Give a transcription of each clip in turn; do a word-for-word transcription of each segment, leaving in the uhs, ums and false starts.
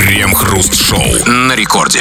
Крем-хруст-шоу на рекорде.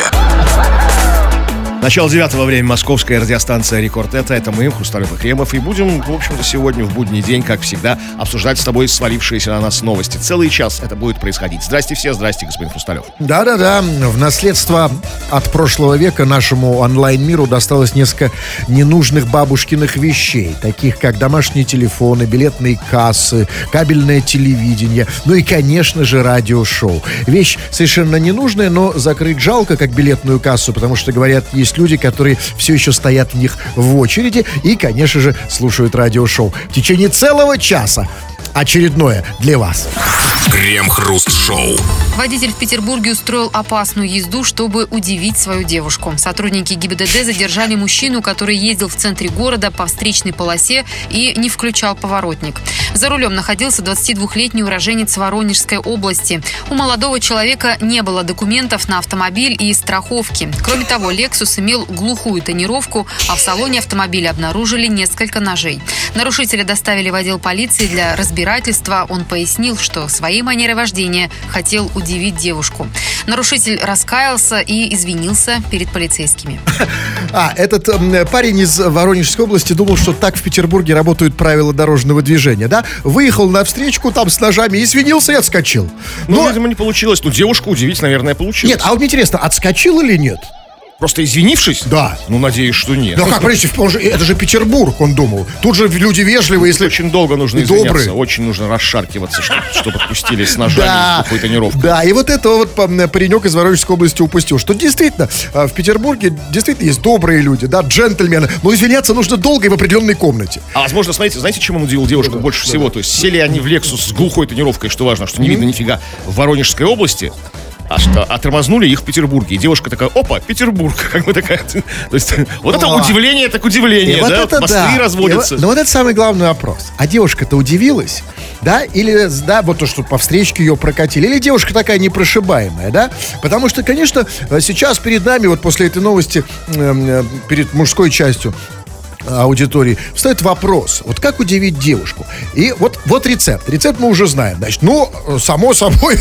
Начало девятого, время, московская радиостанция «Рекорд». Это, это мы, Хрусталев и Кремов. И будем, в общем-то, сегодня в будний день, как всегда, обсуждать с тобой свалившиеся на нас новости. Целый час это будет происходить. Здрасте все, здрасте, господин Хрусталев. Да-да-да, в наследство от прошлого века нашему онлайн-миру досталось несколько ненужных бабушкиных вещей, таких как домашние телефоны, билетные кассы, кабельное телевидение, ну и, конечно же, радиошоу. Вещь совершенно ненужная, но закрыть жалко, как билетную кассу, потому что, говорят, есть люди, которые все еще стоят в них в очереди и, конечно же, слушают радиошоу. В течение целого часа очередное для вас. Крем-хруст-шоу. Водитель в Петербурге устроил опасную езду, чтобы удивить свою девушку. Сотрудники ГИБДД задержали мужчину, который ездил в центре города по встречной полосе и не включал поворотник. За рулем находился двадцатидвухлетний уроженец Воронежской области. У молодого человека не было документов на автомобиль и страховки. Кроме того, Lexus имел глухую тонировку, а в салоне автомобиля обнаружили несколько ножей. Нарушителя доставили в отдел полиции для разбирательства. Он пояснил, что своей манерой вождения хотел удивить девушку. Нарушитель раскаялся и извинился перед полицейскими. А, этот э, парень из Воронежской области думал, что так в Петербурге работают правила дорожного движения, да? Выехал на встречку там с ножами, извинился и отскочил. Но, ну, видимо, не получилось. Ну, девушку удивить, наверное, получилось. Нет, а вот мне интересно, отскочил или нет? Просто извинившись? Да. Ну, надеюсь, что нет. Ну, как, подождите, это же Петербург, он думал. Тут же люди вежливые, если... Очень долго нужно и извиняться. Добрые. Очень нужно расшаркиваться, чтобы, чтобы отпустили с ножами да, и какой тонировкой. Да, и вот этого вот паренек из Воронежской области упустил. Что действительно, в Петербурге действительно есть добрые люди, да, джентльмены. Но извиняться нужно долго и в определенной комнате. А возможно, смотрите, знаете, чем он удивил девушку да, больше да, всего? Да. То есть сели они в Lexus с глухой тонировкой, что важно, что не mm-hmm. видно нифига, в Воронежской области. А что, а тормознули их в Петербурге. И девушка такая, опа, Петербург. Как бы такая. То есть, вот это О. удивление, так удивление, и да? Вот это Мосты да. разводятся. И, но вот это самый главный вопрос. А девушка-то удивилась, да? Или, да, вот то, что по встречке ее прокатили. Или девушка такая непрошибаемая, да? Потому что, конечно, сейчас перед нами, вот после этой новости, э, перед мужской частью аудитории, встает вопрос, вот как удивить девушку. И вот, вот рецепт. Рецепт мы уже знаем. Значит, ну, само собой,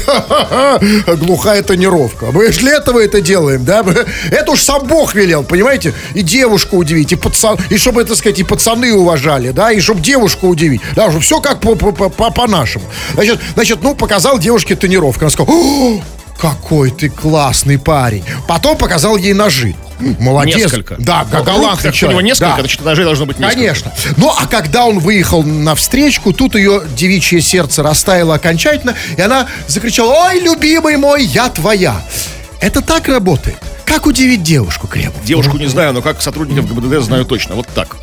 глухая тонировка. Мы же для этого это делаем, да? Это уж сам Бог велел, понимаете? И девушку удивить, и пацан, и чтобы, так сказать, и пацаны уважали, да? И чтобы девушку удивить. Да, уже все как по-нашему. Значит, значит, ну, показал девушке тонировку. Она сказала, какой ты классный парень. Потом показал ей ножи. Молодец. Несколько. Да, как галантный человек. У него несколько, да. Значит, ножей должно быть несколько. Конечно. Ну, а когда он выехал на встречку, тут ее девичье сердце растаяло окончательно, и она закричала, ой, любимый мой, я твоя. Это так работает. Как удивить девушку, Кремов? Девушку не знаю, но как сотрудников ГИБДД знаю точно. Вот так.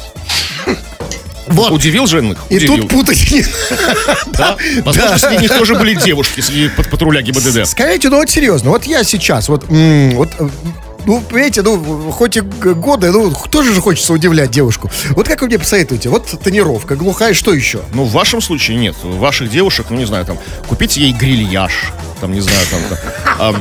Вот. Удивил же их? И удивил. тут путать не... Да? Возможно, среди них тоже были девушки, среди патруля ГИБДД. Скажите, ну вот серьезно, вот я сейчас, вот, вот ну, понимаете, ну, хоть и годы, ну, тоже же хочется удивлять девушку. Вот как вы мне посоветуете? Вот тонировка, глухая, что еще? Ну, в вашем случае нет. У ваших девушек, ну, не знаю, там, купите ей грильяж, там, не знаю, там, а,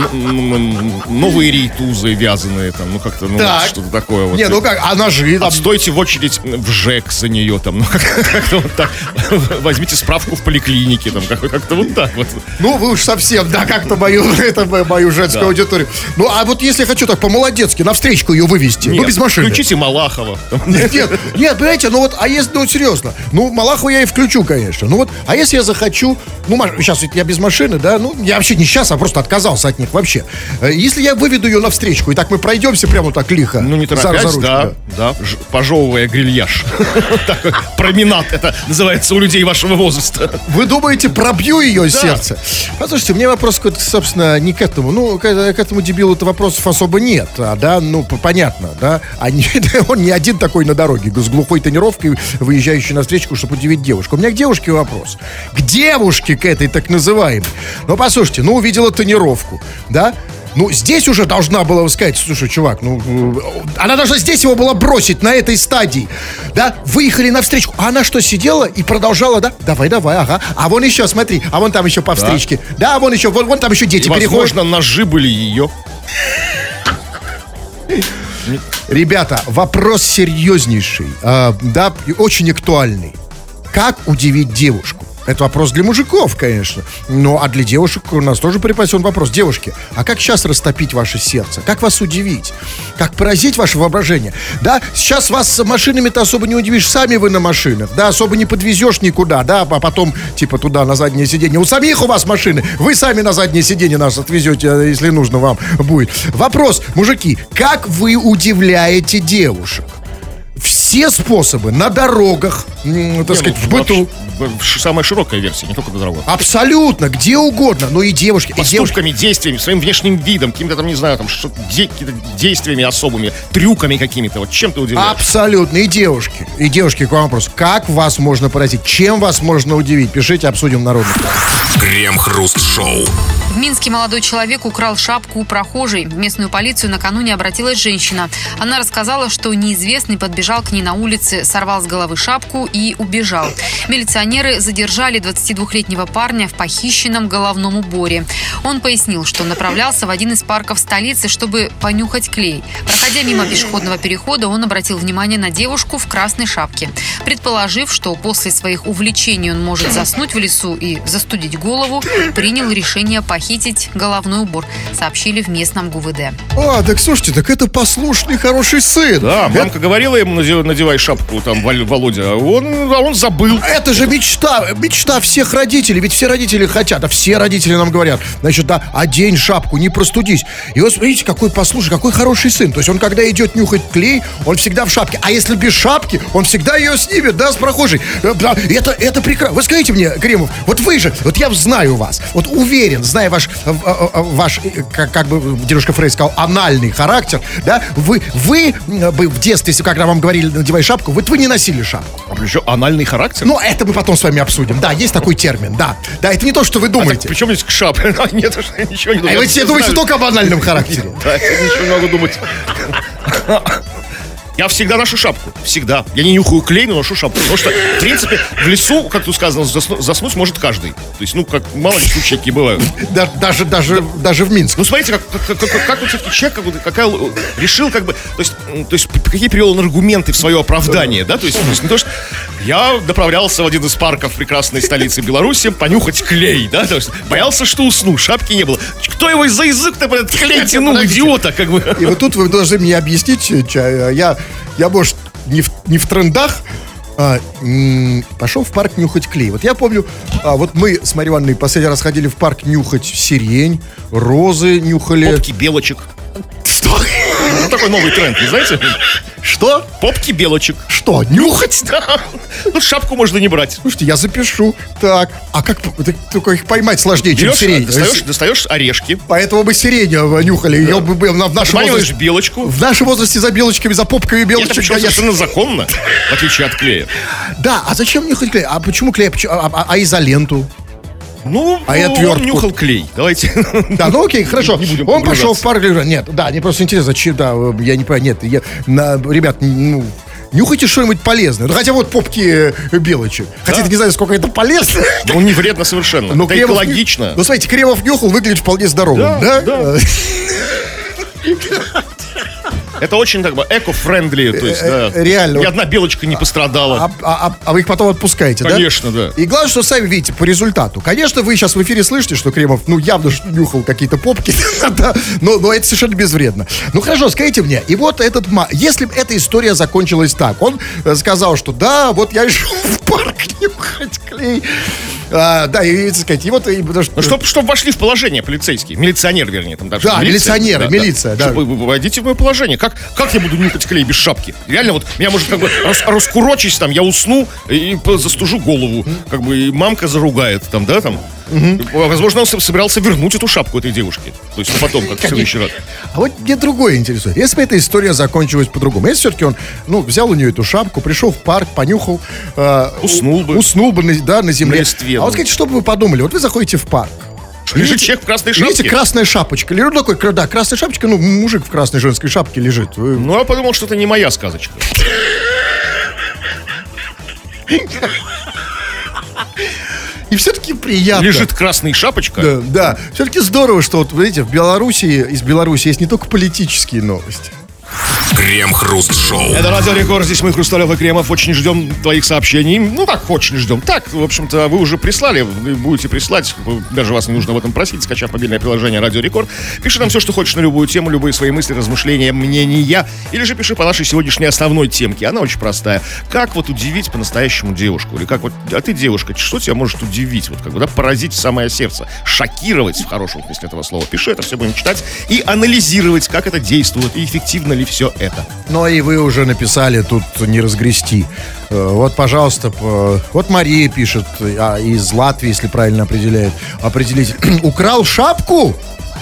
новые рейтузы вязаные, там, ну, как-то, ну, вот, что-то такое вот. Не, ну как, а ножи там? Отстойте в очередь в ЖЭК за нее, там, ну, как-то вот так. Возьмите справку в поликлинике, там, как-то вот так вот. Ну, вы уж совсем, да, как-то мою, это, мою женскую да. аудиторию. Ну, а вот если хочу так по-молодецки на встречку ее вывести, нет, ну, без машины. Включите Малахова. Нет, нет, нет, понимаете, ну вот, а если, ну, серьезно, ну, Малахова я и включу, конечно. Ну вот, а если я захочу, ну, сейчас я без машины, да, ну, я вообще не сейчас, а просто отказался от них вообще. Если я выведу ее на встречку, и так мы пройдемся прямо так лихо. Ну, не торопясь, за, за да, да, да, пожевывая грильяж. Променад, это называется у людей вашего возраста. Вы думаете, пробью ее сердце? Послушайте, у меня вопрос, собственно, не к этому. Ну, к этому дебилу-то вопросов особо нет, да, ну, понятно, да. Он не один такой на дороге, с глухой тонировкой, выезжающий на встречку, чтобы удивить девушку. У меня к девушке вопрос. К девушке, к этой так называемой. Ну, послушайте, ну, увидела тонировку, да. Ну, здесь уже должна была сказать, слушай, чувак, ну, она должна здесь его была бросить на этой стадии, да, выехали навстречу, а она что, сидела и продолжала, да, давай, давай, ага, а вон еще, смотри, а вон там еще по встречке, да, да вон еще, вон, вон там еще дети и, переходят. Возможно, ножи были ее. Ребята, вопрос серьезнейший, э, да, очень актуальный. Как удивить девушку? Это вопрос для мужиков, конечно. Ну, а для девушек у нас тоже припасен вопрос. Девушки, а как сейчас растопить ваше сердце? Как вас удивить? Как поразить ваше воображение? Да, сейчас вас с машинами-то особо не удивишь. Сами вы на машинах. Да, особо не подвезешь никуда. Да, а потом, типа, туда, на заднее сиденье. У самих у вас машины. Вы сами на заднее сиденье нас отвезете, если нужно вам будет. Вопрос, мужики, как вы удивляете девушек? Все способы на дорогах, м, так Не, сказать, ну, в быту. ш- Самая широкая версия, не только на дорогах. Абсолютно, где угодно. Ну и девушки, и девушки. Поступками, действиями, своим внешним видом, каким-то там, не знаю, там, что, де- какими-то действиями особыми, трюками какими-то. Вот чем ты удивляешь? Абсолютно, и девушки. И девушки, к вам вопрос. Как вас можно поразить? Чем вас можно удивить? Пишите, обсудим народный. Крем-хруст-шоу. В Минске молодой человек украл шапку у прохожей. В местную полицию накануне обратилась женщина. Она рассказала, что неизвестный подбежал к ней на улице, сорвал с головы шапку и убежал. Милиционеры задержали двадцатидвухлетнего парня в похищенном головном уборе. Он пояснил, что направлялся в один из парков столицы, чтобы понюхать клей. Проходя мимо пешеходного перехода, он обратил внимание на девушку в красной шапке. Предположив, что после своих увлечений он может заснуть в лесу и застудить голову, принял решение похитить головной убор, сообщили в местном ГУВД. А, так слушайте, так это послушный, хороший сын. Да, Это- мамка говорила ему, надевай, надевай шапку, там, Валь- Володя, а он, а он забыл. Это же мечта, мечта всех родителей. Ведь все родители хотят, а все родители нам говорят, значит, да, одень шапку, не простудись. И вот смотрите, какой послушный, какой хороший сын. То есть он, когда идет нюхать клей, он всегда в шапке. А если без шапки, он всегда ее снимет, да, с прохожей. Э, да, Это, это прекрасно. Вы скажите мне, Кремов, вот вы же, вот я знаю вас, вот уверен, зная ваш, э, э, э, ваш э, как, как бы дедушка Фрейд сказал, анальный характер, да, вы, вы э, бы в детстве, если когда вам говорили, надевай шапку, вот вы не носили шапку. А причем анальный характер? Ну, это мы потом с вами обсудим. Да, есть такой термин, да. Да, это не то, что вы думаете. Причем здесь к шапке? Нет, я ничего не А думаю. вы все думаете только о банальном характере. Да, я ничего не могу думать. Я всегда ношу шапку. Всегда. Я не нюхаю клей, но ношу шапку. Потому что, в принципе, в лесу, как тут сказано, засну- заснуть может каждый. То есть, ну, как мало ли случаи какие бывают. Да- Даже, даже, даже в Минске. Ну, смотрите, как, как, как, как, как вот все-таки человек как, бы, какая, решил, как бы, то есть, м, то есть, п- какие привел он аргументы в свое оправдание, да, то есть, то есть не то, что я направлялся в один из парков прекрасной столицы Беларуси понюхать клей, да, то есть, боялся, что усну, шапки не было. Кто его за язык-то этот клей тянул, идиота, как бы. И вот тут вы должны мне объяснить, ча- я, я может, не в, не в трендах, а, м, пошел в парк нюхать клей. Вот я помню, а, вот мы с Марьей Ивановной последний раз ходили в парк нюхать сирень, розы нюхали. Попки белочек. Что? Ну, такой новый тренд, не знаете? Что? Попки белочек. Что, нюхать? Да. Ну, шапку можно не брать. Слушайте, я запишу. Так, а как так, только их поймать сложнее, чем Берешь, сирень? достаешь, достаешь орешки, Поэтому мы сирень э, нюхали. Ее бы бы в нашем отманиваешь возрасте, белочку. в нашем возрасте за белочками, за попками Это белочек. причем конечно. совершенно законно, в отличие от клея. Да, а зачем нюхать клей? А почему клей? Почему- А, а- а изоленту? Ну, А и он отвертку. нюхал клей. Давайте. Да, ну окей, хорошо. Не будем Он пошел в погружаться. парк. говорю, Нет, да, мне просто интересно, зачем, да, э, я не понимаю, нет, я, на- ребят, ну, нюхайте что-нибудь полезное. Ну, хотя вот попки э, белочек. Хотя я не знаю, сколько это полезно. Ну, не вредно совершенно. Но Это Кремов ню- экологично. Ну, смотрите, Кремов нюхал, выглядит вполне здоровым, Да, да? да. Это очень так бы эко-френдли, то есть, да. э, реально. Ни одна белочка не пострадала. А, а- а- а вы их потом отпускаете, да? Конечно, да. И главное, что сами видите по результату. Конечно, вы сейчас в эфире слышите, что Кремов, ну, явно ж нюхал какие-то попки, да, но, но это совершенно безвредно. Ну, хорошо, скажите мне, и вот этот, ма- если бы эта история закончилась так, он э, сказал, что да, вот я шел в парк нюхать клей, А, да, и, так сказать, и вот, и, потому что- Ну, чтоб, чтоб вошли в положение полицейские. Милиционер, вернее, там даже. Да, милиционеры, милиция, да. Чтобы вы вы войдите в мое положение. Как, как я буду нюхать клей без шапки? Реально, вот меня может как бы рас, раскурочить, там, я усну и по- застужу голову. Как бы и мамка заругает, там, да, там. Возможно, он со- собирался вернуть эту шапку этой девушке. То есть потом, как в следующий раз. А вот мне другое интересует. Если бы эта история закончилась по-другому, если все-таки он, ну, взял у нее эту шапку, пришел в парк, понюхал, э, Уснул бы. уснул бы, на, да, на земле. На листве, а вот да. скажите, что бы вы подумали? Вот вы заходите в парк. Лежит человек в красной Видите, шапке. красная шапочка. Лежит такой, кра- да, красная шапочка, ну, мужик в красной женской шапке лежит. Вы- Ну, я подумал, что это не моя сказочка. И все-таки приятно. Лежит красная шапочка. Да, да. Все-таки здорово, что вот, видите, в Беларуси, из Беларуси есть не только политические новости. Крем-хруст-шоу. Это Радио Рекорд, здесь мы, Хрусталев и Кремов. Очень ждем твоих сообщений. Ну, так, очень ждем. Так, в общем-то, вы уже прислали, вы будете прислать. Даже вас не нужно об этом просить, скачав мобильное приложение Радио Рекорд. Пиши нам все, что хочешь на любую тему, любые свои мысли, размышления, мнения. Или же пиши по нашей сегодняшней основной темке. Она очень простая. Как вот удивить по-настоящему девушку? Или как вот, а ты девушка, что тебя может удивить? Вот как бы, да, поразить в самое сердце. Шокировать, в хорошем смысле этого слова. Пиши, это все будем читать и анализировать, как это действует и эффективно ли все это. Ну и вы уже написали, тут не разгрести. Э, Вот, пожалуйста, п- вот Мария пишет, а, из Латвии, если правильно определяет, определить. Украл шапку?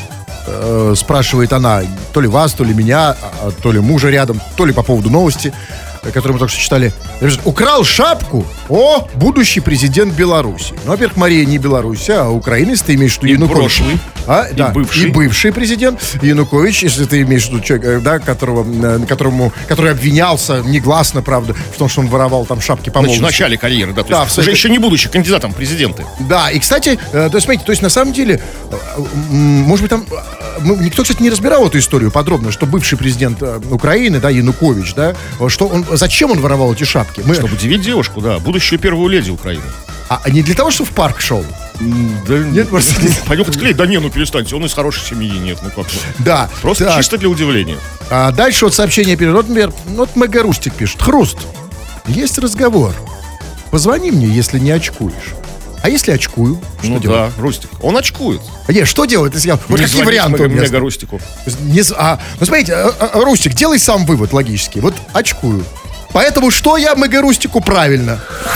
Э, Спрашивает она, то ли вас, то ли меня, а, то ли мужа рядом, то ли по поводу новости, э, которую мы только что читали. Украл шапку? О, будущий президент Беларуси. Ну, во-первых, Мария не Беларусь, а Украина, если ты имеешь в виду И Янукович. прошлый. А, И да, бывший. и бывший президент Янукович, если ты имеешь в виду человека, да, которого, э, которому, который обвинялся негласно, правда, в том, что он воровал там шапки по В молодости. начале карьеры, да, то Да, есть в уже этой- еще не будучи кандидатом в президенты. Да, и, кстати, э, то есть, смотрите, то есть, на самом деле, э, м, может быть, там, э, мы- никто, кстати, не разбирал эту историю подробно, что бывший президент э, Украины, да, Янукович, да, э, что он, зачем он воровал эти шапки? Мы, Чтобы удивить девушку, да, будущую первую леди Украины. а не для того, чтобы в парк шел? Да Нет, просто- пойдем хоть клеить. Да не, ну перестаньте, он из хорошей семьи, нет, ну как. Да. Просто так. чисто для удивления. А дальше вот сообщение пишет. Вот, например, вот Мэга Рустик пишет. Хруст, есть разговор. Позвони мне, если не очкуешь. А если очкую? Что Ну делать? да, Рустик. Он очкует. А нет, что делать, если я... Вот Не какие звонить варианты Мэга- у меня? Мэга Рустику. Не з- а, ну, смотрите, а, а, Рустик, делай сам вывод логический. Вот очкую. Поэтому что я Мэга Рустику правильно?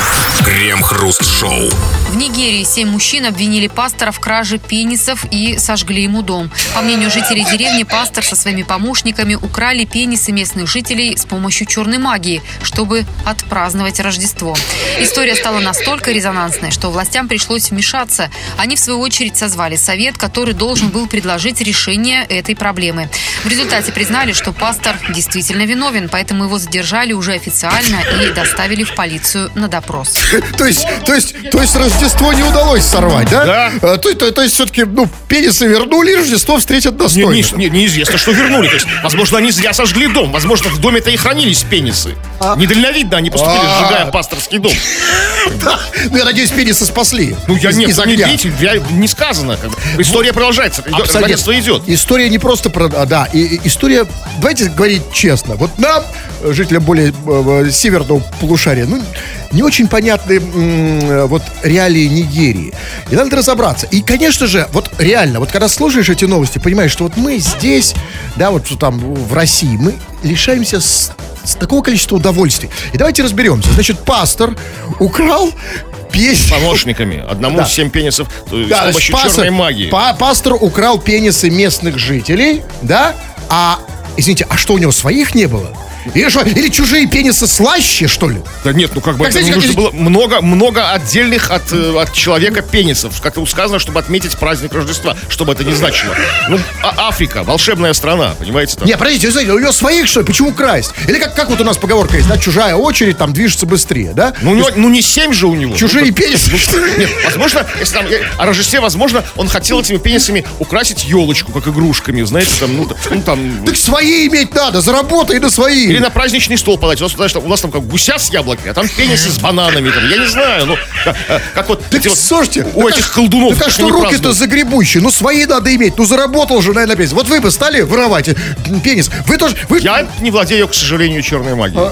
Крем-хруст-шоу. В Нигерии семь мужчин обвинили пастора в краже пенисов и сожгли ему дом. По мнению жителей деревни, пастор со своими помощниками украли пенисы местных жителей с помощью черной магии, чтобы отпраздновать Рождество. История стала настолько резонансной, что властям пришлось вмешаться. Они, в свою очередь, созвали совет, который должен был предложить решение этой проблемы. В результате признали, что пастор действительно виновен, поэтому его задержали уже официально и доставили в полицию на допрос. То есть, то есть, то есть Рождество не удалось сорвать, да? Да. А, то, то- то есть все-таки, ну, пенисы вернули, и Рождество встретят Не, достойно. не- не- неизвестно, что вернули. То есть, возможно, они зря сожгли дом. Возможно, в доме-то и хранились пенисы. Недальновидно они поступили, А. сжигая пасторский дом. Да. Ну, я надеюсь, пенисы спасли. Ну, я из, нет, из не огня. видите, я- не сказано. как бы. История продолжается. Идет, Абсолютно. Рождество идет. История не просто про... а, Да, и, и история... Давайте говорить честно. Вот нам, э, жителям более э, северного полушария, ну, не очень понятны м, вот реалии Нигерии. И надо разобраться. И, конечно же, вот реально, вот когда слушаешь эти новости, понимаешь, что вот мы здесь, да, вот что там в России, мы лишаемся с, с такого количества удовольствий. И давайте разберемся. Значит, пастор украл песню... Помощниками. Одному Да. семь пенисов то есть, Да, с значит, помощью пастор, черной магии. па- пастор украл пенисы местных жителей, да? А, извините, а что, у него своих не было? Или, что, или чужие пенисы слаще, что ли? Да нет, ну как бы Как, это знаете, нужно как- было много, много отдельных от, э, от человека пенисов. Как-то сказано, чтобы отметить праздник Рождества, чтобы это не значило. Ну, а- Африка, волшебная страна, понимаете? Там. Не, подождите, вы знаете, у него своих, что ли? Почему красть? Или как, как вот у нас поговорка есть, да? Чужая очередь там движется быстрее, да? Ну, у него, ну не семь же у него. Чужие Ну, как- пенисы, что ли? Нет, возможно, если там э, о Рождестве, возможно, он хотел этими пенисами украсить елочку, как игрушками, знаете, там, ну, т- ну, там... Так свои иметь надо, заработай на свои. Или на праздничный стол подать. У нас, знаешь, у нас там как гуся с яблоками, а там пенисы с бананами. Там, я не знаю, ну, как, э, как вот Так эти вот слушайте, у так этих а- колдунов. Так а как что они руки-то празднуют. загребущие? Ну, свои надо иметь. Ну, заработал же, наверное, пенис. Вот вы бы стали воровать э, пенис. Вы тоже... Вы... Я не владею, к сожалению, черной магией.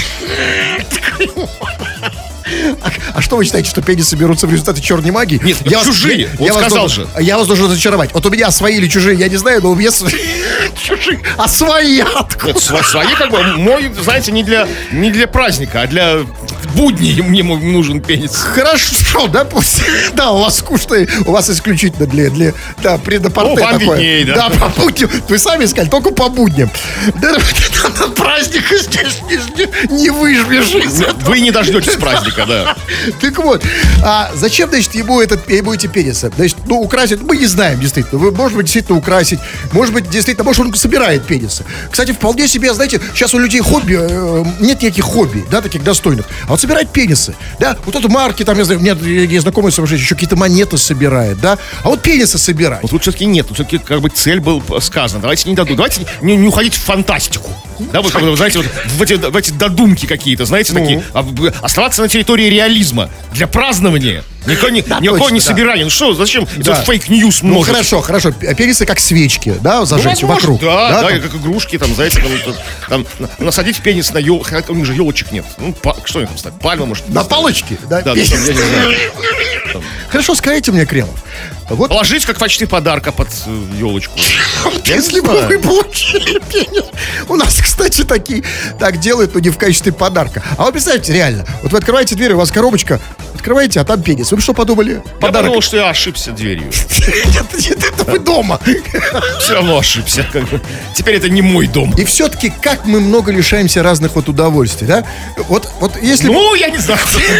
А, а что вы считаете, что пенисы берутся в результате черной магии? Нет, это вас- чужие. Он вас сказал должен- же. Я вас должен разочаровать. Вот у меня свои или чужие, я не знаю, но у меня свои- чужие. А свои откуда? Нет, сво- свои как бы мой, знаете, не для, не для праздника, а для будней мне ему нужен пенис. Хорошо, да, пусть. Да, у вас скучно, у вас исключительно для, для да, предапорте Ну, вам такое. виднее, да. Да, по будням. Вы сами сказали, только по будням. Да, на праздник здесь не, не выжмешь из этого. Вы не дождетесь праздника, да. Так вот, а зачем, значит, ему, этот, ему эти пенисы? Значит, ну, украсить, мы не знаем, действительно. Вы, может быть, действительно украсить. Может быть, действительно, может, он собирает пенисы. Кстати, вполне себе, знаете, сейчас у людей хобби, э, нет никаких хобби, да, таких достойных. А вот собирать пенисы, да, вот это марки, там, я знаю, нет, я знакомый еще какие-то монеты собирает, да, а вот пенисы собирать. Но тут все-таки нет, тут все-таки как бы цель была сказана. Давайте не додумать, давайте не, не уходить в фантастику. Да, вот, как бы, знаете, вот в эти, в эти додумки какие-то, знаете, ну. такие. А, оставаться на территории реализма для празднования. Никакого, ни, да, никакого точно, не да. собирания. Ну что, зачем да. это фейк-ньюс ну, может? Хорошо, хорошо. Пенисы как свечки, да, зажечь ну, вокруг. Да, да, да там? Как игрушки, там, знаете, там, там, насадить пенис на елку. У них же елочек нет. Ну, па, что они там ставят? Пальма, может? На палочки? Да, да, да там, я не знаю. Там. Хорошо, скажите мне, Кремов. Вот. Положить как почти подарка под елочку. Если бы вы получили пенис. У нас, кстати, такие так делают, но не в качестве подарка. А вы представьте, реально, вот вы открываете дверь, у вас коробочка, открываете, а там пенис. Вы бы что подумали? Я подумал, что я ошибся дверью. Это вы дома. Все равно ошибся. Теперь это не мой дом. И все-таки, как мы много лишаемся разных вот удовольствий, да? Вот, вот если... Ну, я не знаю.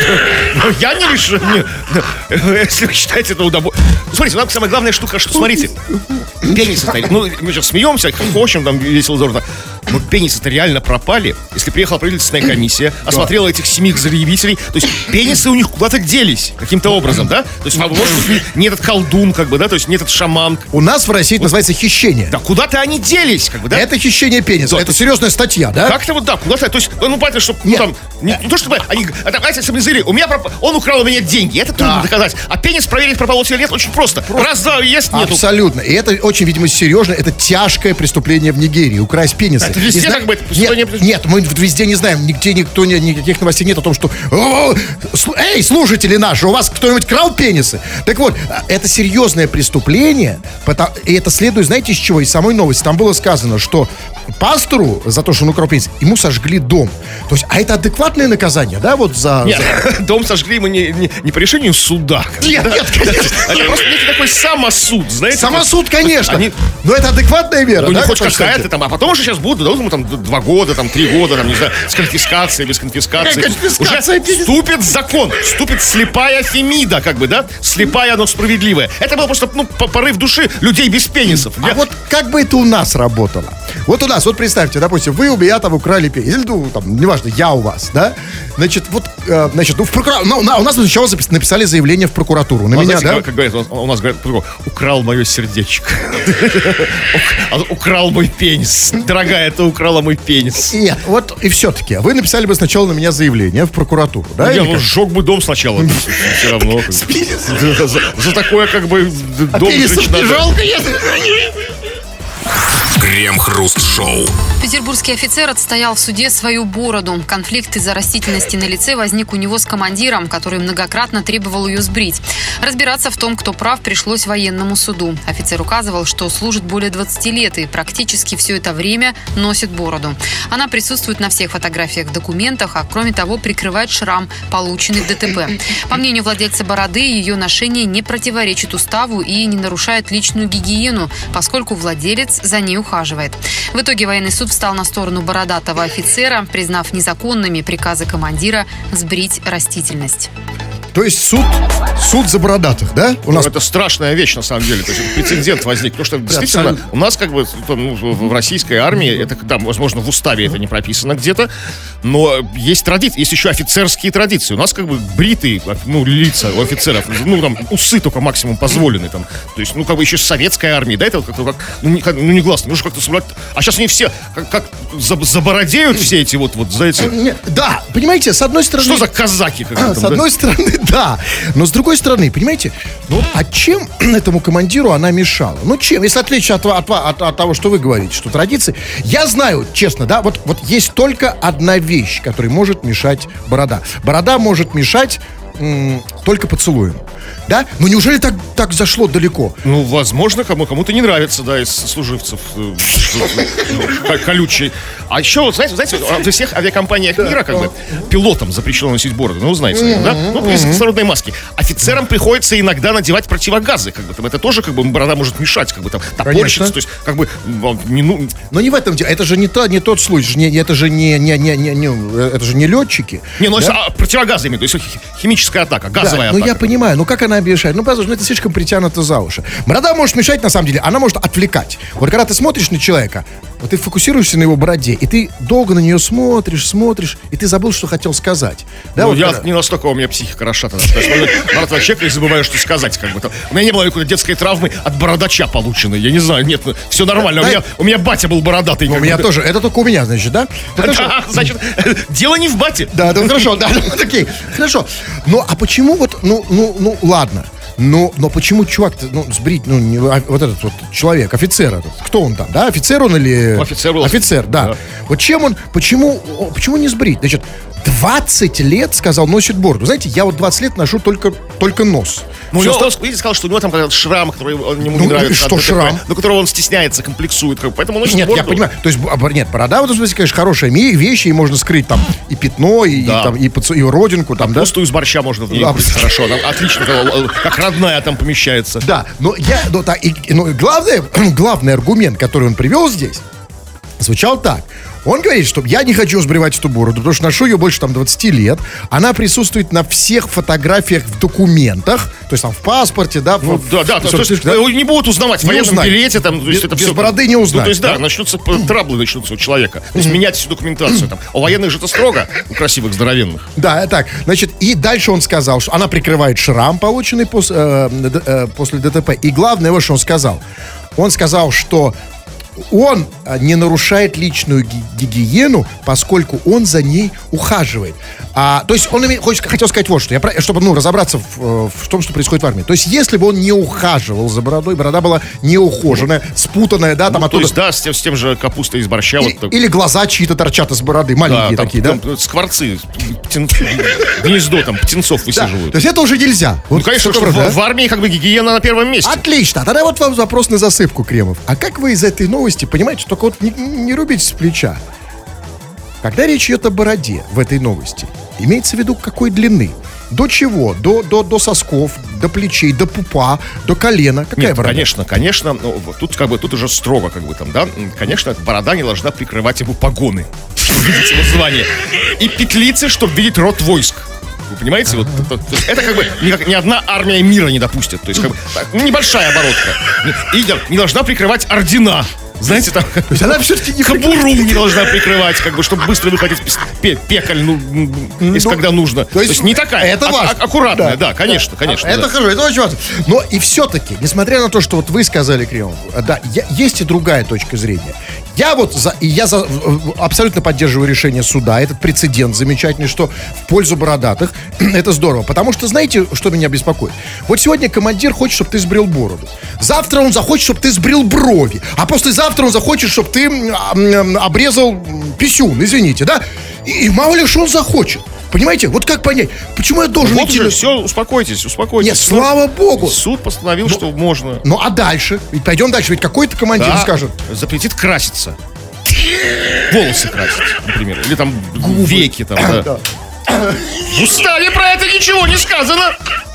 Я не лишаю. Если вы считаете это удовольствием. Смотрите, нам самая главная штука, что, смотрите, пенисы-то, ну, мы сейчас смеемся, хохочем, там весело, здорово, но пенисы-то реально пропали. Если приехала правительственная комиссия, осмотрела этих семих заявителей, то есть пенисы у них куда-то делись каким-то образом, да? То есть, может быть, не этот колдун, как бы, да, то есть не этот шаман. У нас в России это называется хищение. Да, куда-то они делись, как бы, да? Это хищение пениса, да, это серьезная статья, да? Как-то вот, да, куда-то, то есть, ну, понятно, что, ну, там, не, не то, чтобы они, это, знаете, если бы заявили, у меня, проп... он украл у меня деньги, это трудно да. доказать, а пенис проверить, пропал у тебя нет, очень просто. просто. Раз, два, есть, нет. Абсолютно, и это очень, видимо, серьезно, это тяжкое преступление в Нигерии, украсть пенисы. Это везде зна... так бы, нет, нет, мы везде не знаем, нигде никто, никаких новостей нет о том, что эй, слушатели наши, у вас кто-нибудь крал пенисы? Так вот, это серьезное преступление, и это следует, знаете, из чего? Из самой новости. Там было сказано, что пастору за то, что он украл пенис, ему сожгли дом. То есть, а это адекватное наказание, да, вот за... Нет, за... дом сожгли мы не, не, не по решению суда. Нет, нет, конечно. Это просто некий такой самосуд, знаете. Самосуд, конечно. Они... Но это адекватная мера, ну, да? не хоть какая-то там, а потом уже сейчас будут, да, там, два года, там, три года, там, не знаю, с конфискацией, без конфискации. Уже вступит закон, вступит слепая Фемида, как бы, да? Слепая, но справедливая. Это был просто, ну, порыв души людей без пенисов. А Я... вот как бы это у нас работало? Вот у нас, вот представьте, допустим, вы у меня там украли пенис, или, ну, там, неважно, я у вас, да? Значит, вот, э, значит, ну, в прокуратуру, ну, у нас сначала написали заявление в прокуратуру. На ну, меня, знаете, да? Как говорят, у нас говорят, украл мое сердечко. Украл мой пенис. Дорогая, это украла мой пенис. Нет, вот и все-таки, вы написали бы сначала на меня заявление в прокуратуру, да? Я, ну, сжег бы дом сначала. Все равно. За такое, как бы, дом сжечь надо. Жалко, если... Крем-хруст-шоу. Петербургский офицер отстоял в суде свою бороду. Конфликт из-за растительности на лице возник у него с командиром, который многократно требовал ее сбрить. Разбираться в том, кто прав, пришлось военному суду. Офицер указывал, что служит более двадцати лет и практически все это время носит бороду. Она присутствует на всех фотографиях, документах, а кроме того прикрывает шрам, полученный в ДТП. По мнению владельца бороды, ее ношение не противоречит уставу и не нарушает личную гигиену, поскольку владелец за ней ухаживает. В итоге военный суд встал на сторону бородатого офицера, признав незаконными приказы командира сбрить растительность. То есть суд, суд за бородатых, да? У нас... Это страшная вещь, на самом деле. То есть прецедент возник. Потому что действительно у нас как бы ну, в российской армии, это, да, возможно, в уставе это не прописано где-то, но есть традиции, есть еще офицерские традиции. У нас как бы бритые, ну, лица у офицеров, ну, там, усы только максимум позволены. Там. То есть, ну, как бы еще с советской армии, да, это как-то как, ну, не, ну, не гласно, нужно как-то соблюдать. А сейчас они все как, как забородеют все эти вот, вот, знаете. Да, понимаете, с одной стороны... Что за казаки? Как а, там, с одной да? стороны, да, но с другой стороны, понимаете, ну, а чем этому командиру она мешала? Ну, чем? Если отвлечься от, от, от, от того, что вы говорите, что традиции, я знаю, честно, да, вот, вот есть только одна вещь, которая может мешать борода. Борода может мешать м, только поцелуем. Да? Ну неужели так, так зашло далеко? Ну, возможно, кому, кому-то не нравится, да, из служивцев э, колючий. А еще, вот, знаете, знаете, во всех авиакомпаниях мира, как бы, пилотам запрещено носить бороду, ну, вы знаете, да? Ну, из кислородной маски. Офицерам приходится иногда надевать противогазы, как бы, там, это тоже, как бы, борода может мешать, как бы, там, топорщиться, то есть, как бы, не, ну... Но не в этом дело, это же не, то, не тот случай, не, это же не, не, не, не, не, это же не летчики. Не, ну, да? а, противогазы имеют, то есть, химическая атака, газовая да, атака. Ну, я понимаю, ну, как как она мешает? Ну, послушай, ну, это слишком притянуто за уши. Борода может мешать, на самом деле, она может отвлекать. Вот когда ты смотришь на человека, вот ты фокусируешься на его бороде, и ты долго на нее смотришь, смотришь, и ты забыл, что хотел сказать. Да, ну, вот я когда... не настолько у меня психика расшатана, что я смотрю на мертвого человека и забываю, что сказать. Как бы, там. У меня не было какой-то детской травмы от бородача полученной. Я не знаю, нет, ну, все нормально. У меня, у меня батя был бородатый. Ну, у меня тоже. Это только у меня, значит, да? Да, значит, дело не в бате. Да, да, хорошо, да, окей, хорошо. Ну, а почему вот, ну, ну, ну, ладно. Но, но почему чувак, ну, сбрить, ну, не, а, вот этот вот человек, офицер этот, кто он там, да, офицер он или... Офицер. Офицер, да. да. Вот чем он, почему, почему не сбрить? Значит, двадцать лет, сказал, носит бороду. Знаете, я вот двадцать лет ношу только, только нос. Ну, он, он, видите, сказал, что у него там какой-то шрам, который ему ну, не нравится. Что шрам? Но которого он стесняется, комплексует, поэтому носит нет, бороду. Я понимаю, то есть, нет, борода, вот, в смысле, конечно, хорошая вещь, и можно скрыть там и пятно, и, да. и, там, и, и родинку, там, да? Пустую из борща можно в ней да. хорошо, там, отлично, как родная там помещается. Да, но я, ну, так, и, ну, главное, главный аргумент, который он привел здесь, звучал так. Он говорит, что я не хочу сбривать эту бороду, потому что ношу ее больше там двадцать лет. Она присутствует на всех фотографиях в документах, то есть там в паспорте, да. Ну, в, да, да, в, то есть да? Не будут узнавать в военном узнать. билете. Там, то есть без это без все, бороды не узнать. Ну, то есть да, да? начнутся траблы начнутся у человека. То есть менять всю документацию. Там. У военных же это строго, у красивых, здоровенных. Да, так, значит, и дальше он сказал, что она прикрывает шрам, полученный пос, э, э, после ДТП. И главное, вот что он сказал. Он сказал, что он не нарушает личную гигиену, поскольку он за ней ухаживает. А, то есть он име, хочет, хотел сказать вот что, я, чтобы ну, разобраться в, в том, что происходит в армии. То есть если бы он не ухаживал за бородой, борода была неухоженная, спутанная, да, там ну, оттуда... То есть, да, с тем, с тем же капустой из борща. Или, вот или глаза чьи-то торчат из бороды, маленькие да, такие, там, да? Там, скворцы, птен... гнездо там птенцов высиживают. Да, то есть это уже нельзя. Ну, вот конечно, что в, да? в армии как бы гигиена на первом месте. Отлично, тогда вот вам вопрос на засыпку, Кремов. А как вы из этой новости, понимаете, только вот не, не рубите с плеча. Когда речь идет о бороде в этой новости, имеется в виду какой длины? До чего? До, до, до сосков, до плечей, до пупа, до колена. Какая Нет, борода? конечно, конечно. Ну, тут как бы тут уже строго, как бы там, да. Конечно, борода не должна прикрывать ему погоны, чтобы видеть его звание. И петлицы, чтобы видеть род войск. Вы понимаете? Вот, то, то, то это как бы ни, ни одна армия мира не допустит. То есть как бы ну, небольшая оборотка. И не должна прикрывать ордена. Знаете, там то есть она все-таки не кобуру не должна прикрывать, как бы, чтобы быстро выходить пе- пекаль, ну, если ну, когда нужно. То есть, то есть не такая, это а, важно. А, аккуратная, да, да, да конечно, конечно. Это да. хорошо, это очень важно. Но и все-таки, несмотря на то, что вот вы сказали, Кремов, да, я, есть и другая точка зрения. Я вот за, и я за, абсолютно поддерживаю решение суда, этот прецедент замечательный, что в пользу бородатых, это здорово, потому что знаете, что меня беспокоит? Вот сегодня командир хочет, чтобы ты сбрил бороду, завтра он захочет, чтобы ты сбрил брови, а послезавтра он захочет, чтобы ты обрезал писюн, извините, да? И, и мало ли что он захочет. Понимаете? Вот как понять? Почему я должен ну, вот идти... Уже, все, успокойтесь, успокойтесь. Нет, слава богу. Суд постановил, ну, что можно. Ну, а дальше? Ведь пойдем дальше. Ведь какой-то командир да, скажет... запретит краситься. Волосы красить, например. Или там губы. Веки там, да. да. В уставе про это ничего не сказано.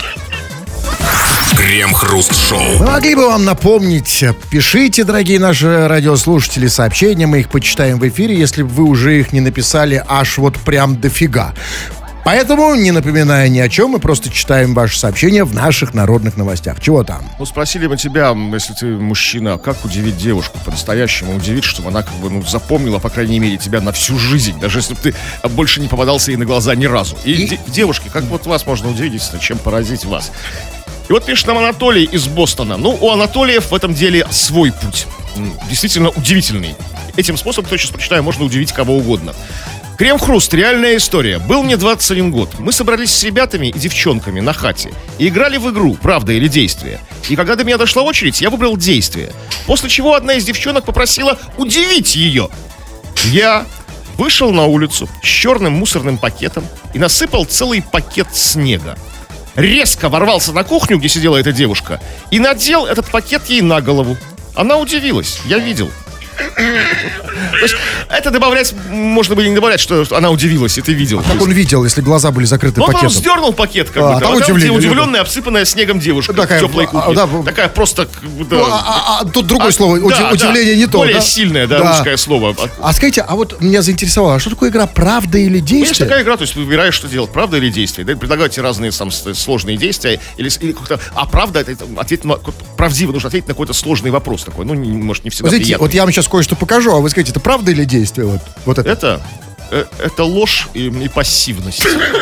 Крем-хруст-шоу. Мы могли бы вам напомнить, пишите, дорогие наши радиослушатели, сообщения, мы их почитаем в эфире, если вы уже их не написали аж вот прям дофига. Поэтому, не напоминая ни о чем, мы просто читаем ваши сообщения в наших народных новостях. Чего там? Ну, спросили бы тебя, если ты мужчина, как удивить девушку по-настоящему, удивить, чтобы она как бы, ну, запомнила, по крайней мере, тебя на всю жизнь, даже если бы ты больше не попадался ей на глаза ни разу. И, И... Де- девушки, как вот вас можно удивить, если чем поразить вас? И вот пишет нам Анатолий из Бостона. Ну, у Анатолиев в этом деле свой путь. Действительно удивительный. Этим способом, кто сейчас прочитаю, можно удивить кого угодно. Крем-хруст, реальная история. Был мне двадцать один год. Мы собрались с ребятами и девчонками на хате и играли в игру «Правда или действие». И когда до меня дошла очередь, я выбрал действие. После чего одна из девчонок попросила удивить ее. Я вышел на улицу с черным мусорным пакетом и насыпал целый пакет снега. Резко ворвался на кухню, где сидела эта девушка, и надел этот пакет ей на голову. Она удивилась, я видел. То есть это добавлять, можно было не добавлять, что она удивилась, и ты видел. Как он видел, если глаза были закрыты Ну, он пакетом? просто сдернул пакет, как А, бы. там А удивление. удивленная, обсыпанная снегом девушка Такая, в теплой а, кухне. да, Такая просто... как бы, да. Ну, а, а- а тут другое А, слово, уди- да, удивление да, не то, более да? сильное, да, Да. русское слово. А скажите, а вот меня заинтересовало, а что такое игра «Правда или Есть действие»? такая игра, то есть ты выбираешь, что делать, правда или действие. Да, предлагают тебе разные там, с- сложные действия. Или, или как-то, а правда, это, это ответить на, правдиво нужно ответить на какой-то сложный вопрос такой. Ну, не, может, не всегда Вы знаете, приятный. вот я вам сейчас кое-что покажу, а вы скажите, это правда или действие? Вот, вот это. Это, э, это ложь и, и пассивность.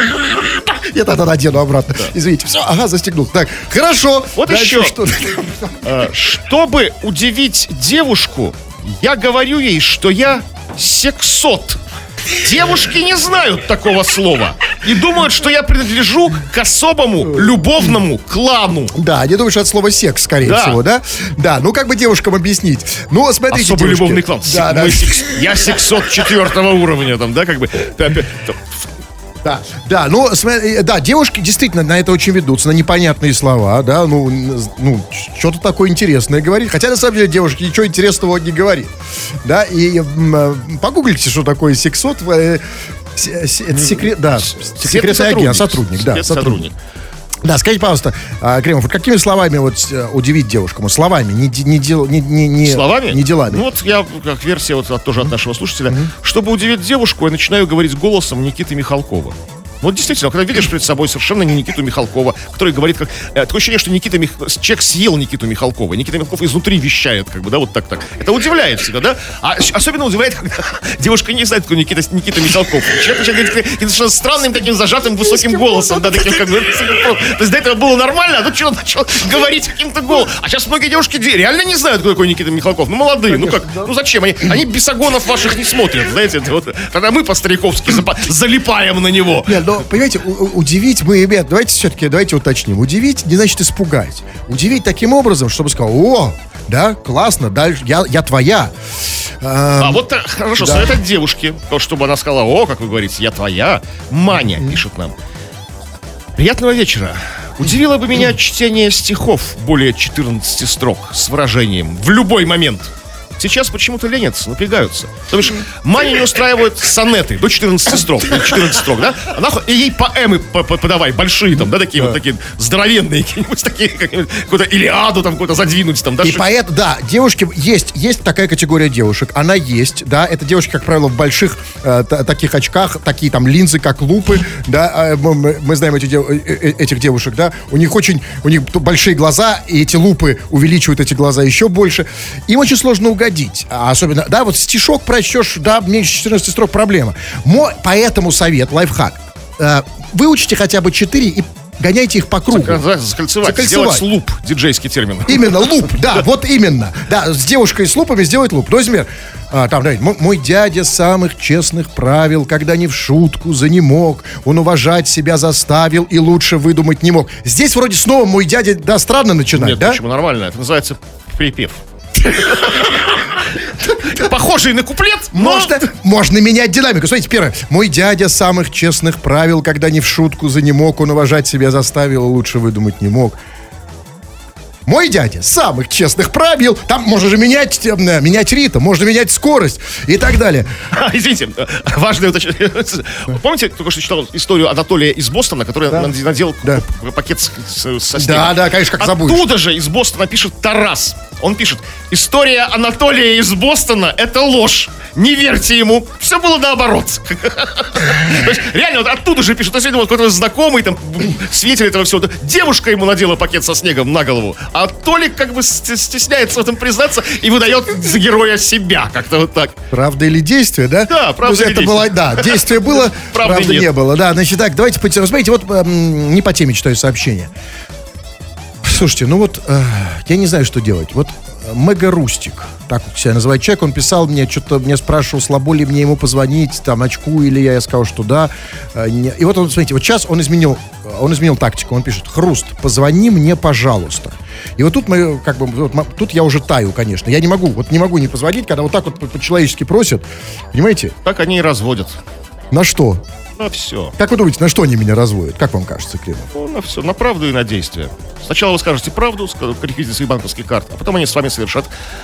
Я тогда надену обратно. Извините, все, ага, застегнул. Так, хорошо. Вот Дальше еще. что? Э, Чтобы удивить девушку, я говорю ей, что я сексот. Девушки не знают такого слова и думают, что я принадлежу к особому любовному клану. Да, не думаешь от слова секс, скорее Да. всего, да? Да, ну как бы девушкам объяснить. Ну, смотрите, Особый девушки. любовный клан. Да, Мы да. секс- Я сексот четвертого уровня, там, да, как бы. Да, да, ну, смотри, да, девушки действительно на это очень ведутся, на непонятные слова, да, ну, н- ну, что-то такое интересное говорит. Хотя, на самом деле, девушки ничего интересного не говорит, да, и м, э, погуглите, что такое сексот, э, се- се- это секрет, да, секретный агент, сотрудник, да, сотрудник. Да, скажите, пожалуйста, а, Кремов, вот какими словами вот э, удивить девушку? Вот словами, не, де- не, дел- не, не, не- Словами? не делами. Ну вот я, как версия вот от- тоже от нашего слушателя, чтобы удивить девушку, я начинаю говорить голосом Никиты Михалкова. Вот действительно, когда видишь перед собой совершенно не Никиту Михалкова, который говорит как... э, такое ощущение, что Никита Мих... человек съел Никиту Михалкова. Никита Михалков изнутри вещает, как бы, да, вот так-так. Это удивляет всегда, да? А ос- особенно удивляет, когда девушка не знает, кто Никита, Никита Михалков. Человек начинает говорить каким-то совершенно странным, таким зажатым высоким голосом, да, таким как бы... То есть до этого было нормально, а тут что-то начал говорить каким-то голосом. А сейчас многие девушки де- реально не знают, кто такой Никита Михалков. Ну, молодые, ну как, ну зачем? Они, они бесогонов ваших не смотрят, знаете. это Вот, тогда мы по-стариковски запа- залипаем на него. Нет, но, понимаете, у- у- удивить мы, ребят, давайте все-таки, давайте уточним. Удивить не значит испугать. Удивить таким образом, чтобы сказал, о, да, классно, дальше, я, я твоя. А вот так, хорошо, да. совет от девушки. То, чтобы она сказала, о, как вы говорите, я твоя. Маня пишет нам. Приятного вечера. Удивило бы меня чтение стихов более четырнадцати строк с выражением «в любой момент». Сейчас почему-то ленятся, напрягаются. То бишь, Маня не устраивают сонеты до четырнадцати строк. четырнадцать строк, да? А нахуй, и ей поэмы по- по- подавай, большие там, да, такие вот, такие здоровенные, какие-нибудь такие, как-нибудь, какую-то Илиаду там какую-то задвинуть там, да? И что- поэтому, да, девушки, есть, есть такая категория девушек, она есть, да, это девушки, как правило, в больших э, та- таких очках, такие там линзы, как лупы, да, э, мы, мы- мы знаем эти дев- э, э, этих девушек, да, у них очень, у них т- большие глаза, и эти лупы увеличивают эти глаза еще больше, им очень сложно угодить, а особенно, да, вот стишок прочтешь, да, меньше четырнадцати строк проблема, Мо, поэтому совет, лайфхак, э, выучите хотя бы четыре и гоняйте их по кругу. Закольцевать, закольцевать, Закольцевать. сделать луп, диджейский термин. Именно луп, да, вот именно. Да, с девушкой с лупами сделать луп. Ну, например, а, там, давайте, «Мо- мой дядя самых честных правил, когда не в шутку занемог, он уважать себя заставил и лучше выдумать не мог». Здесь вроде снова мой дядя, да, странно начинать, Нет, да? почему нормально? Это называется припев. Похожий на куплет, но... Можно, можно менять динамику. Смотрите, первое. Мой дядя самых честных правил, когда не в шутку занемог, он уважать себя заставил и лучше выдумать не мог. Мой дядя самых честных правил. Там можно же менять, э, менять ритм, можно менять скорость и так далее. А, извините, важное уточнение. Помните, только что читал историю Анатолия из Бостона, который Да. наде- надел Да. пакет с- с- со снегом? Да, да, конечно, как забудешь. Оттуда же из Бостона пишет Тарас. Он пишет: история Анатолия из Бостона — это ложь. Не верьте ему. Все было наоборот. То есть, реально, вот оттуда же пишет. То есть, видимо, какой-то знакомый, там, свидетель этого всего. Девушка ему надела пакет со снегом на голову, а Толик как бы ст- стесняется в этом признаться и выдает за героя себя. Как-то вот так. Правда или действие, да? Да, правда Ну, или это действие. было, да, действие было, Правды правда нет. не было. Да, значит так, давайте, пойдем. Смотрите, вот эм, не по теме читаю сообщение. Слушайте, ну вот, э, я не знаю, что делать. Вот э, Мега Рустик, так вот себя называет человек, он писал мне, что-то мне спрашивал, слабо ли мне ему позвонить, там, очку или я, я сказал, что да. Э, не- И вот он, смотрите, вот сейчас он изменил, он изменил тактику, он пишет: Хруст, позвони мне, пожалуйста. И вот тут мы, как бы, вот, м- тут я уже таю, конечно. Я не могу, вот не могу не позвонить, когда вот так вот по- по-человечески просят. Понимаете? Так они и разводят. На что? На все. Как вы думаете, на что они меня разводят? Как вам кажется, Кремов? Ну, на все. На правду и на действие. Сначала вы скажете правду, скажете реквизиты своих банковских карт, а потом они с вами совершат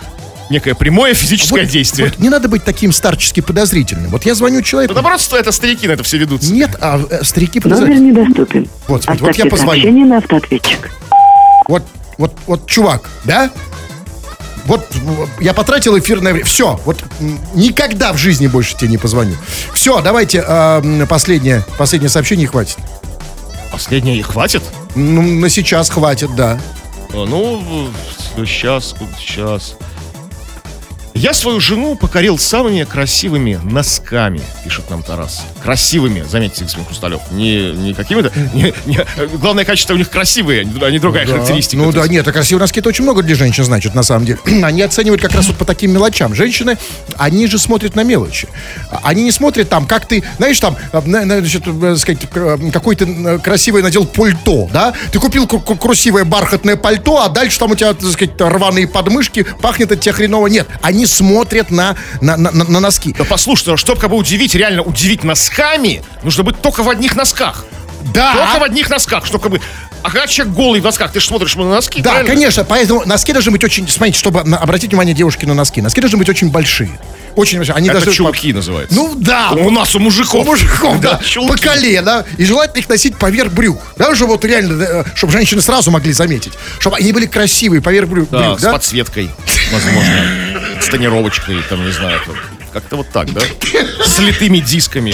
некое прямое физическое Вот- действие. вот не надо быть таким старчески подозрительным. Вот я звоню человеку. Ну, наоборот, это старики на это все ведутся. Нет, а э, старики Номер подозрительные. недоступен. Вот, смотри, вот Оставьте я позвоню. сообщение на автоответчик. Вот, вот, вот, чувак, да? Вот в- я потратил эфирное время. Все, вот м, никогда в жизни больше тебе не позвоню. Все, давайте э, м, последнее, последнее сообщение и хватит. Последнее и хватит? Ну, на сейчас хватит, да. А, Ну, сейчас, сейчас. Я свою жену покорил самыми красивыми носками, пишет нам Тарас. Красивыми, заметьте, господин Хрусталев. Не, не какими-то... не- не- главное качество у них красивые, а не другая Да. характеристика. Ну То да, есть- нет, а красивые носки это очень много для женщин значит, на самом деле. Они оценивают как раз вот по таким мелочам. Женщины, они же смотрят на мелочи. Они не смотрят там, как ты, знаешь, там, э, на- на- значит, э, сказать, э, какой-то э, красивый надел пальто, да? Ты купил кру- кру- красивое бархатное пальто, а дальше там у тебя, так сказать, рваные подмышки, пахнет от тебя хреново. Нет, они смотрят на, на, на, на- на носки. Да послушайте, чтобы как бы удивить, реально удивить носками, нужно быть только в одних носках. Да, Только в одних носках, что как бы... А когда человек голый в носках, ты же смотришь на носки, да, правильно? конечно, поэтому носки должны быть очень, смотрите, чтобы на- обратить внимание девушки на носки, носки должны быть очень большие. Очень большие. Они Это должны- чулки называется. Ну да. У нас у мужиков. У мужиков, да, чулки. по колено. И желательно их носить поверх брюк. Да, чтобы вот реально, чтобы женщины сразу могли заметить. Чтобы они были красивые поверх брюк. Да, брюк, с подсветкой, возможно. С тонировочкой, там, не знаю. там, Как-то вот так, да? С литыми дисками.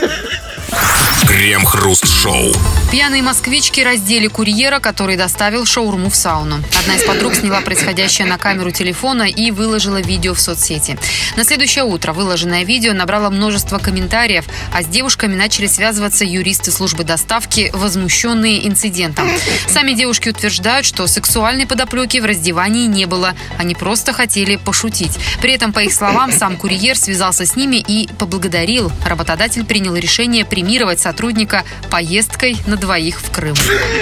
Крем-хруст-шоу. Пьяные москвички раздели курьера, который доставил шаурму в сауну. Одна из подруг сняла происходящее на камеру телефона и выложила видео в соцсети. На следующее утро выложенное видео набрало множество комментариев, а с девушками начали связываться юристы службы доставки, возмущенные инцидентом. Сами девушки утверждают, что сексуальной подоплеки в раздевании не было. Они просто хотели пошутить. При этом, по их словам, сам курьер связался с ними и поблагодарил. Работодатель принял решение премировать сотрудника поездкой на двоих в Крым.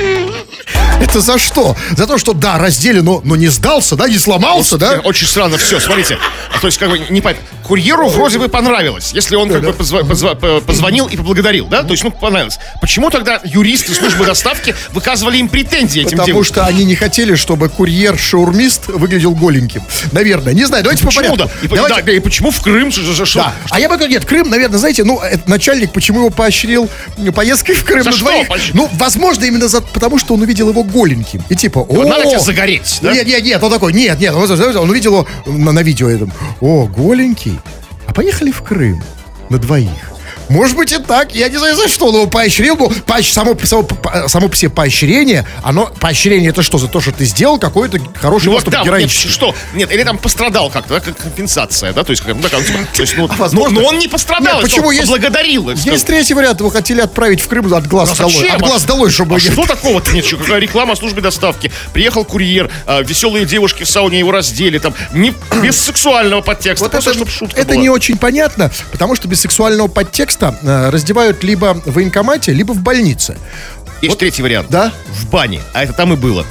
Это за что? За то, что, да, раздели, но, но не сдался, да, не сломался, да? Очень странно все, смотрите. А, то есть, как бы, не понятно. Курьеру вроде бы понравилось, если он как бы позва- позва- по- позвонил и поблагодарил, да? То есть, ну, понравилось. Почему тогда юристы службы доставки выказывали им претензии этим Потому девушкам? что они не хотели, чтобы курьер-шаурмист выглядел голеньким. Наверное. Не знаю, давайте по Почему, да? порядку. И, Давайте- да, и почему в Крым? Что- что- что- Да. А я бы говорю, нет, Крым, наверное, знаете, ну, это начальник, почему его поощрил поездкой в Крым За на что двоих? поощрил? Ну, возможно, именно за, потому, что он увидел его голеньким. И типа, о, Надо тебе загореть, да? Нет, нет, нет, он такой, нет, нет, он, он увидел его на, на видео этом. О, голенький. А поехали в Крым на двоих. Может быть и так, я не знаю, за что он его поощрил, но поощ- само, само, по- само по себе поощрение, оно, поощрение это что, за то, что ты сделал какой-то хороший Ну вот поступок, да, вот нет, героический. что? Нет, или там пострадал как-то, да, как компенсация, да, то есть, как, ну, так, ну, типа, то есть, ну, возможно. но, но он не пострадал, Нет, если почему он есть- поблагодарил. Есть третий вариант, его хотели отправить в Крым от глаз А долой. зачем? От глаз А долой, чтобы... А что такого-то? Нет, что, какая реклама службы доставки. Приехал курьер, а, веселые девушки в сауне его раздели, там, не, без сексуального подтекста, Вот просто это, чтобы шутка это была. не очень понятно, потому что без сексуального подтекста э, раздевают либо в военкомате, либо в больнице. Есть третий вариант. Да? В бане, а это там и было.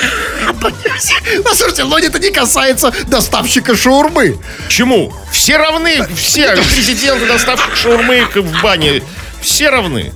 Послушайте, но это не касается доставщика шаурмы. Чему? Все равны, все президенты, доставщик шаурмы в бане, все равны.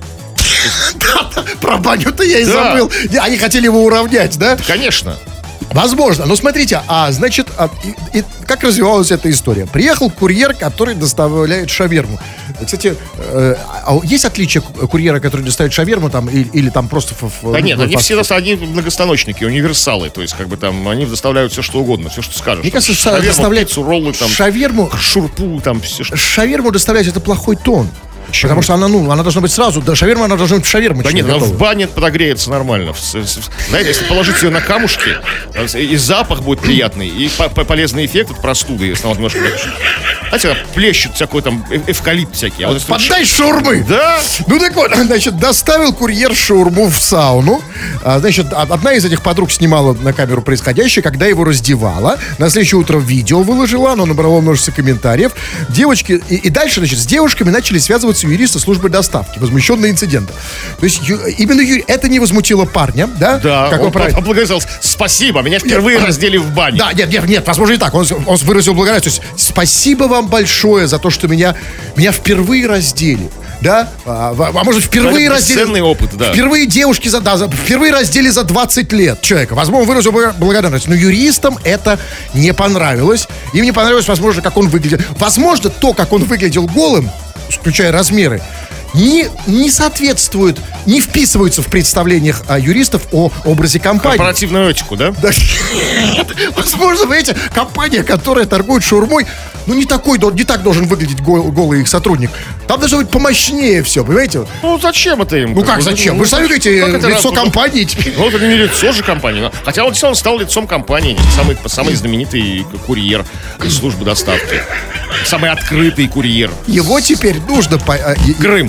Про баню-то я и Да. забыл. Не, Они хотели его уравнять, да? Конечно. Возможно. Но смотрите, а значит, а, и- и как развивалась эта история? Приехал курьер, который доставляет шаверму. Кстати, э, а есть отличие ку- курьера, который доставит шаверму там, или, или там просто... ф- ф- Да нет, ну, они фаст- все доста- они многостаночники, универсалы, то есть как бы там они доставляют все что угодно, все что скажешь. Мне Там кажется, шаверму, доставлять пиццу, роллы, там, шаверму, шурпу, там все что. шаверму доставлять это плохой тон. Потому что она, ну, она должна быть сразу, да, шаверма, она должна быть шаверма. Да нет, она в бане подогреется нормально. В- с- с- Знаете, если положить ее на камушки, э, и запах будет приятный, и по- по- полезный эффект от простуды, если она вот немножко... Знаете, плещут всякой там э- эвкалипт всякий. А вот если- Поддай шаурмы! Да? Ну так вот, значит, доставил курьер шаурму в сауну. А, значит, а- одна из этих подруг снимала на камеру происходящее, когда его раздевала. На следующее утро видео выложила, оно набрало множество комментариев. Девочки, и, и дальше, значит, с девушками начали связываться у юриста службы доставки, возмущенный инцидентом. То есть ю, именно ю, это не возмутило парня, да? Да, как он правильно... поблагодарил. Спасибо, меня впервые Нет, раздели в бане. Да, нет, нет, нет, возможно и так. Он, он выразил благодарность. То есть спасибо вам большое за то, что меня, меня впервые раздели. Да? А, а может, впервые Это раздели... бесценный опыт, да. Впервые девушки за, да, за, впервые раздели за двадцать лет человека. Возможно, он выразил благодарность. Но юристам это не понравилось. Им не понравилось, возможно, как он выглядел. Возможно, то, как он выглядел голым, включая размеры, не, не соответствует, не вписываются в представлениях а, юристов о образе компании. Корпоративную этику, да? Да, нет. Возможно, вы эти компания, которая торгует шаурмой, ну не такой, не так должен выглядеть гол, голый их сотрудник. Там должно быть помощнее все, понимаете? Ну зачем это им? Ну как зачем? Вы же сами говорите, лицо компании теперь. Ну это не лицо же компании. Хотя он действительно стал лицом компании. Самый, самый знаменитый курьер из службы доставки. Самый открытый курьер. Его теперь нужно... Крым.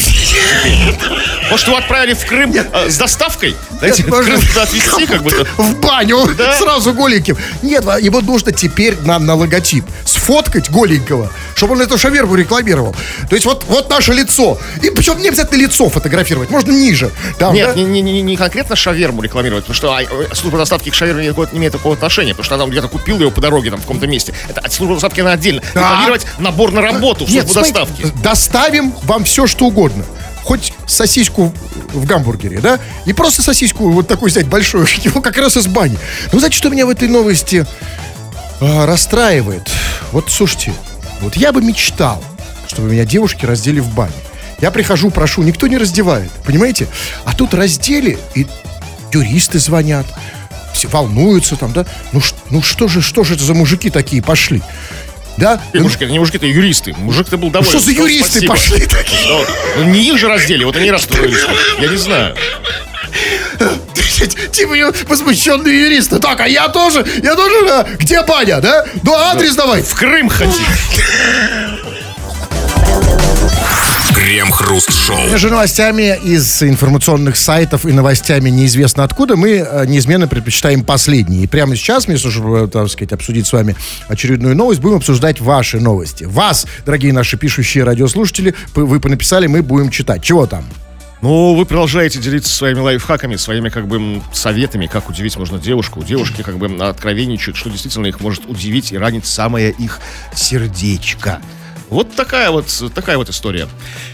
Может, его отправили в Крым а, с доставкой? Знаете, Нет, Крым туда отвезти как бы. В баню, да? Сразу голеньким. Нет, его нужно теперь на, на логотип сфоткать голенького, чтобы он эту шаверму рекламировал. То есть вот, вот наше лицо. И причем не обязательно лицо фотографировать, можно ниже. Там, Нет, да? не, не, не конкретно шаверму рекламировать, потому что а, служба доставки к шаверме не имеет такого отношения, потому что она где-то купила его по дороге там в каком-то месте. Это служба доставки она отдельно. Да. Рекламировать набор на работу в Нет, службу смотрите, доставки. доставим вам все, что угодно. Хоть сосиску в гамбургере, да? И просто сосиску вот такой взять большую, его как раз из бани. Ну, знаете, что меня в этой новости а, расстраивает? Вот, слушайте, вот я бы мечтал, чтобы меня девушки раздели в бане. Я прихожу, прошу, никто не раздевает, понимаете? А тут раздели, и юристы звонят, все волнуются там, да? Ну, ну что же, что же это за мужики такие пошли? Да? И мужики, это не мужики, это юристы. Мужик-то был доволен. Ну, что за юристы спасибо. пошли такие? Ну, ну, не их же раздели, вот они расстроились. Я не знаю. Типа возмущенные юристы. Так, а я тоже, я тоже, да? Где баня, да? Ну, адрес давай. В Крым хотим. Крем-хруст-шоу. Между новостями из информационных сайтов и новостями неизвестно откуда мы э, неизменно предпочитаем последние. И прямо сейчас, вместо чтобы, так сказать, обсудить с вами очередную новость, будем обсуждать ваши новости. Вас, дорогие наши пишущие радиослушатели, вы понаписали, мы будем читать. Чего там? Ну, вы продолжаете делиться своими лайфхаками, своими, как бы, советами, как удивить можно девушку. У девушки, как бы, откровенничают, что действительно их может удивить и ранить самое их сердечко. Вот такая вот, такая вот история.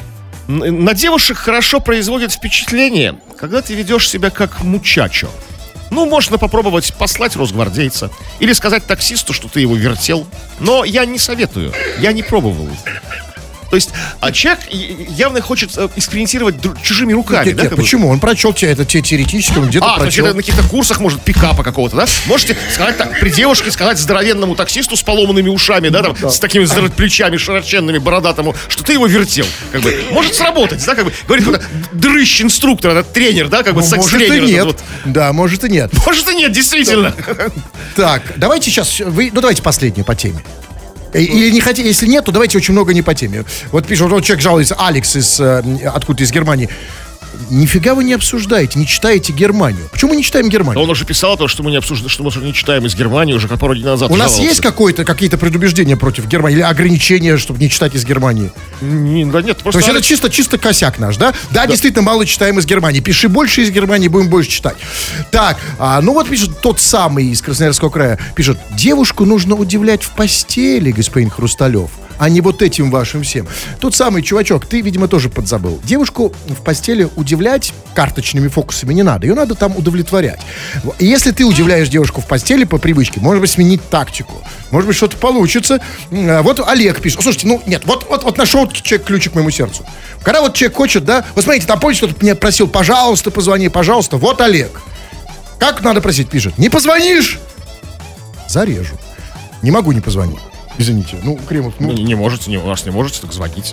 На девушек хорошо производит впечатление, когда ты ведешь себя как мучачо. Ну, можно попробовать послать росгвардейца или сказать таксисту, что ты его вертел. Но я не советую, я не пробовал. То есть, а человек явно хочет экспериментировать чужими руками. Нет, да, нет, почему? Он прочел тебе это теоретически, он где-то а, прочел. А, на каких-то курсах, может, пикапа какого-то, да? Можете сказать так, при девушке сказать здоровенному таксисту с поломанными ушами, да, там, да. с такими плечами широченными, бородатому, что ты его вертел. Как бы, может сработать, да, как бы, говорит какой-то дрыщ инструктор, этот тренер, да, как бы, ну, секс-тренер. Может и нет, вот. да, может и нет. Может и нет, действительно. Так, давайте сейчас, вы, ну давайте последнее по теме. Или не хотите, если нет, то давайте очень много не по теме. Вот пишет, вот человек жалуется, Алекс из, откуда-то из Германии. Нифига вы не обсуждаете, не читаете Германию. Почему мы не читаем Германию? Он уже писал то, что мы не обсуждаем, что мы уже не читаем из Германии уже пару дней назад. У нас жаловался. есть какое-то, какие-то предубеждения против Германии или ограничения, чтобы не читать из Германии? Не, да нет, просто... То есть это чисто, чисто косяк наш, да? да? Да, действительно, мало читаем из Германии. Пиши больше из Германии, будем больше читать. Так, а, ну вот пишет тот самый из Красноярского края. Пишет, девушку нужно удивлять в постели, господин Хрусталев, а не вот этим вашим всем. Тот самый чувачок, ты, видимо, тоже подзабыл. Девушку в постели удивлять карточными фокусами не надо. Ее надо там удовлетворять. И если ты удивляешь девушку в постели по привычке, может быть, сменить тактику. Может быть, что-то получится. Вот Олег пишет. Слушайте, ну, нет, вот, вот, вот нашел человек ключик к моему сердцу. Когда вот человек хочет, да, вот смотрите, там, помните, кто-то меня просил, пожалуйста, позвони, пожалуйста. Вот Олег. Как надо просить, пишет. Не позвонишь? Зарежу. Не могу не позвонить. Извините, ну, Кремов... Ну... Не, не можете, не, у нас не можете, так звоните.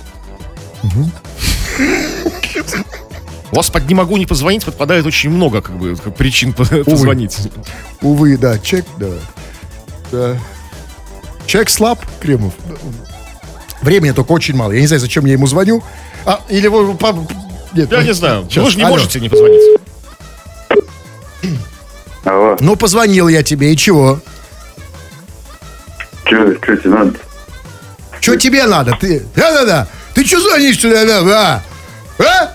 Угу. У вас под «не могу не позвонить» подпадает очень много, как бы, причин позвонить. Увы, да, человек, да. да. Человек слаб, Кремов. Времени только очень мало. Я не знаю, зачем я ему звоню. А, или... Нет, я не знаю. Сейчас. Вы же не Алло. можете не позвонить. Алло. Ну, позвонил я тебе, и чего? Че, что тебе надо? Что тебе надо? Ты... Да-да-да. Ты что звонишь сюда, да? А? А?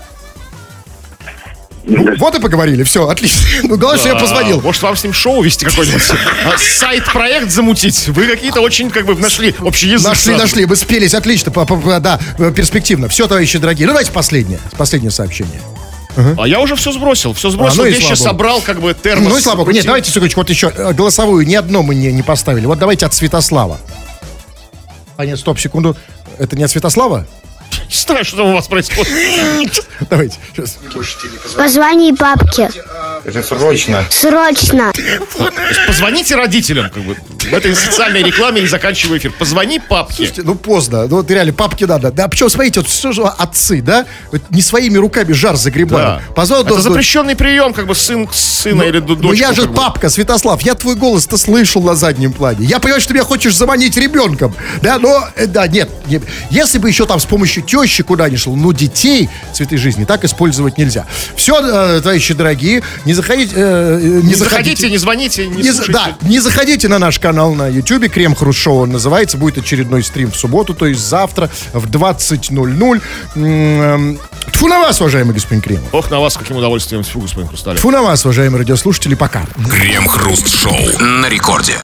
Ну, вот и поговорили, все, отлично. Ну, главное, что я позвонил. Может, вам с ним шоу вести какой-нибудь? Сайт-проект замутить? Вы какие-то очень, как бы, нашли общий язык. Нашли, сразу. нашли, мы спелись, отлично, по- по- да, перспективно. Все, товарищи дорогие. Ну, давайте последнее, последнее сообщение. А я уже все сбросил, все сбросил, А, ну и вещи слава богу. собрал, как бы термос. Ну и слава богу. Нет, давайте, секундочку, вот еще э, голосовую ни одно мы не, не поставили. Вот давайте от Святослава. А нет, стоп, секунду. Это не от Святослава? Не знаю, что там у вас происходит. Давайте, сейчас. Позвони папке. Это срочно. Срочно. Позвоните родителям, как бы, в этой социальной рекламе и заканчивая эфир. Позвони папке. Слушайте, ну поздно. Ну вот реально, папке надо. Да, причем, смотрите, вот все же отцы, да? Вот не своими руками жар загребали. Да. Позвал Это до- запрещенный прием, как бы, сын сына или д- дочку. Ну я же как бы. папка, Святослав, я твой голос-то слышал на заднем плане. Я понимаю, что ты меня хочешь заманить ребенком. Да, но, э, да, нет, нет. Если бы еще там с помощью тещи куда ни шло, но детей, цветы жизни, так использовать нельзя. Все, э, товарищи дорогие, не заходите... э, э, Не заходите, не звоните, не, Не за- слушайте. да, не заходите на наш канал на Ютубе. Крем Хруст Шоу он называется. Будет очередной стрим в субботу, то есть завтра в двадцать ноль ноль. М, Тьфу на вас, уважаемый господин Кремов. Ох, на вас с каким удовольствием. Фу, господин Хрусталев. Тьфу на вас, уважаемые радиослушатели. Пока. Крем-хруст-шоу на рекорде.